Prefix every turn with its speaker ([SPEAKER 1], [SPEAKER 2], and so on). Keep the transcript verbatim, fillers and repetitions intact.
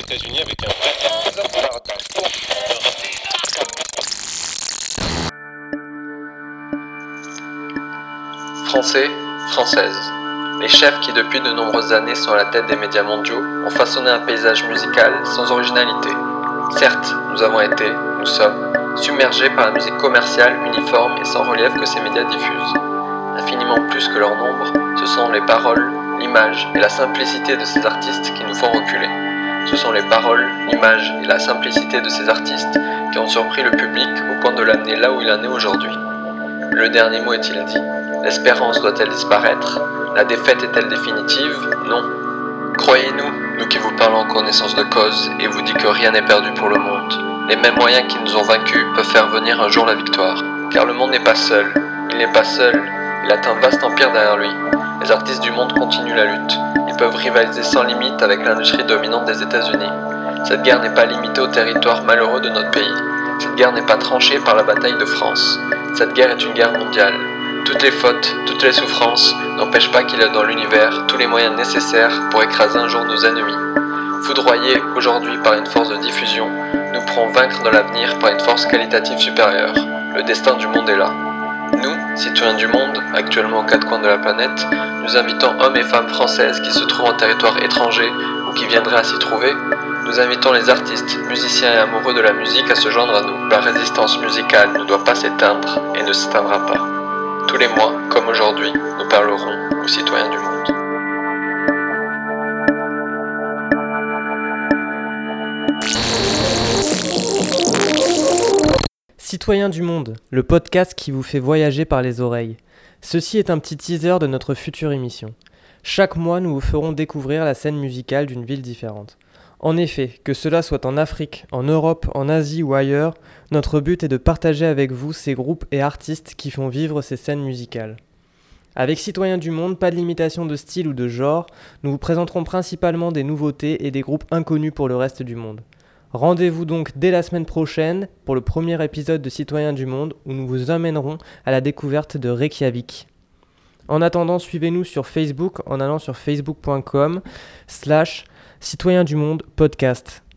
[SPEAKER 1] États-Unis avec un vrai...
[SPEAKER 2] Français, Françaises. Les chefs qui depuis de nombreuses années sont à la tête des médias mondiaux ont façonné un paysage musical sans originalité. Certes, nous avons été, nous sommes, submergés par la musique commerciale, uniforme et sans relief que ces médias diffusent. Infiniment plus que leur nombre, ce sont les paroles, l'image et la simplicité de ces artistes qui nous font reculer. Ce sont les paroles, l'image et la simplicité de ces artistes qui ont surpris le public au point de l'amener là où il en est aujourd'hui. Le dernier mot est-il dit ? L'espérance doit-elle disparaître ? La défaite est-elle définitive ? Non. Croyez-nous, nous qui vous parlons en connaissance de cause et vous dit que rien n'est perdu pour le monde. Les mêmes moyens qui nous ont vaincus peuvent faire venir un jour la victoire. Car le monde n'est pas seul. Il n'est pas seul. Il a un vaste empire derrière lui. Les artistes du monde continuent la lutte. Ils peuvent rivaliser sans limite avec l'industrie dominante des États-Unis. Cette guerre n'est pas limitée au territoire malheureux de notre pays. Cette guerre n'est pas tranchée par la bataille de France. Cette guerre est une guerre mondiale. Toutes les fautes, toutes les souffrances n'empêchent pas qu'il y a dans l'univers tous les moyens nécessaires pour écraser un jour nos ennemis. Foudroyés aujourd'hui par une force de diffusion, nous pourrons vaincre dans l'avenir par une force qualitative supérieure. Le destin du monde est là. Nous, citoyens du monde, actuellement aux quatre coins de la planète, nous invitons hommes et femmes françaises qui se trouvent en territoire étranger ou qui viendraient à s'y trouver. Nous invitons les artistes, musiciens et amoureux de la musique à se joindre à nous. La résistance musicale ne doit pas s'éteindre et ne s'éteindra pas. Tous les mois, comme aujourd'hui, nous parlerons aux citoyens du monde.
[SPEAKER 3] Citoyens du monde, le podcast qui vous fait voyager par les oreilles. Ceci est un petit teaser de notre future émission. Chaque mois, nous vous ferons découvrir la scène musicale d'une ville différente. En effet, que cela soit en Afrique, en Europe, en Asie ou ailleurs, notre but est de partager avec vous ces groupes et artistes qui font vivre ces scènes musicales. Avec Citoyens du Monde, pas de limitation de style ou de genre, nous vous présenterons principalement des nouveautés et des groupes inconnus pour le reste du monde. Rendez-vous donc dès la semaine prochaine pour le premier épisode de Citoyens du Monde où nous vous emmènerons à la découverte de Reykjavik. En attendant, suivez-nous sur Facebook en allant sur facebook point com slash Citoyens du Monde podcast.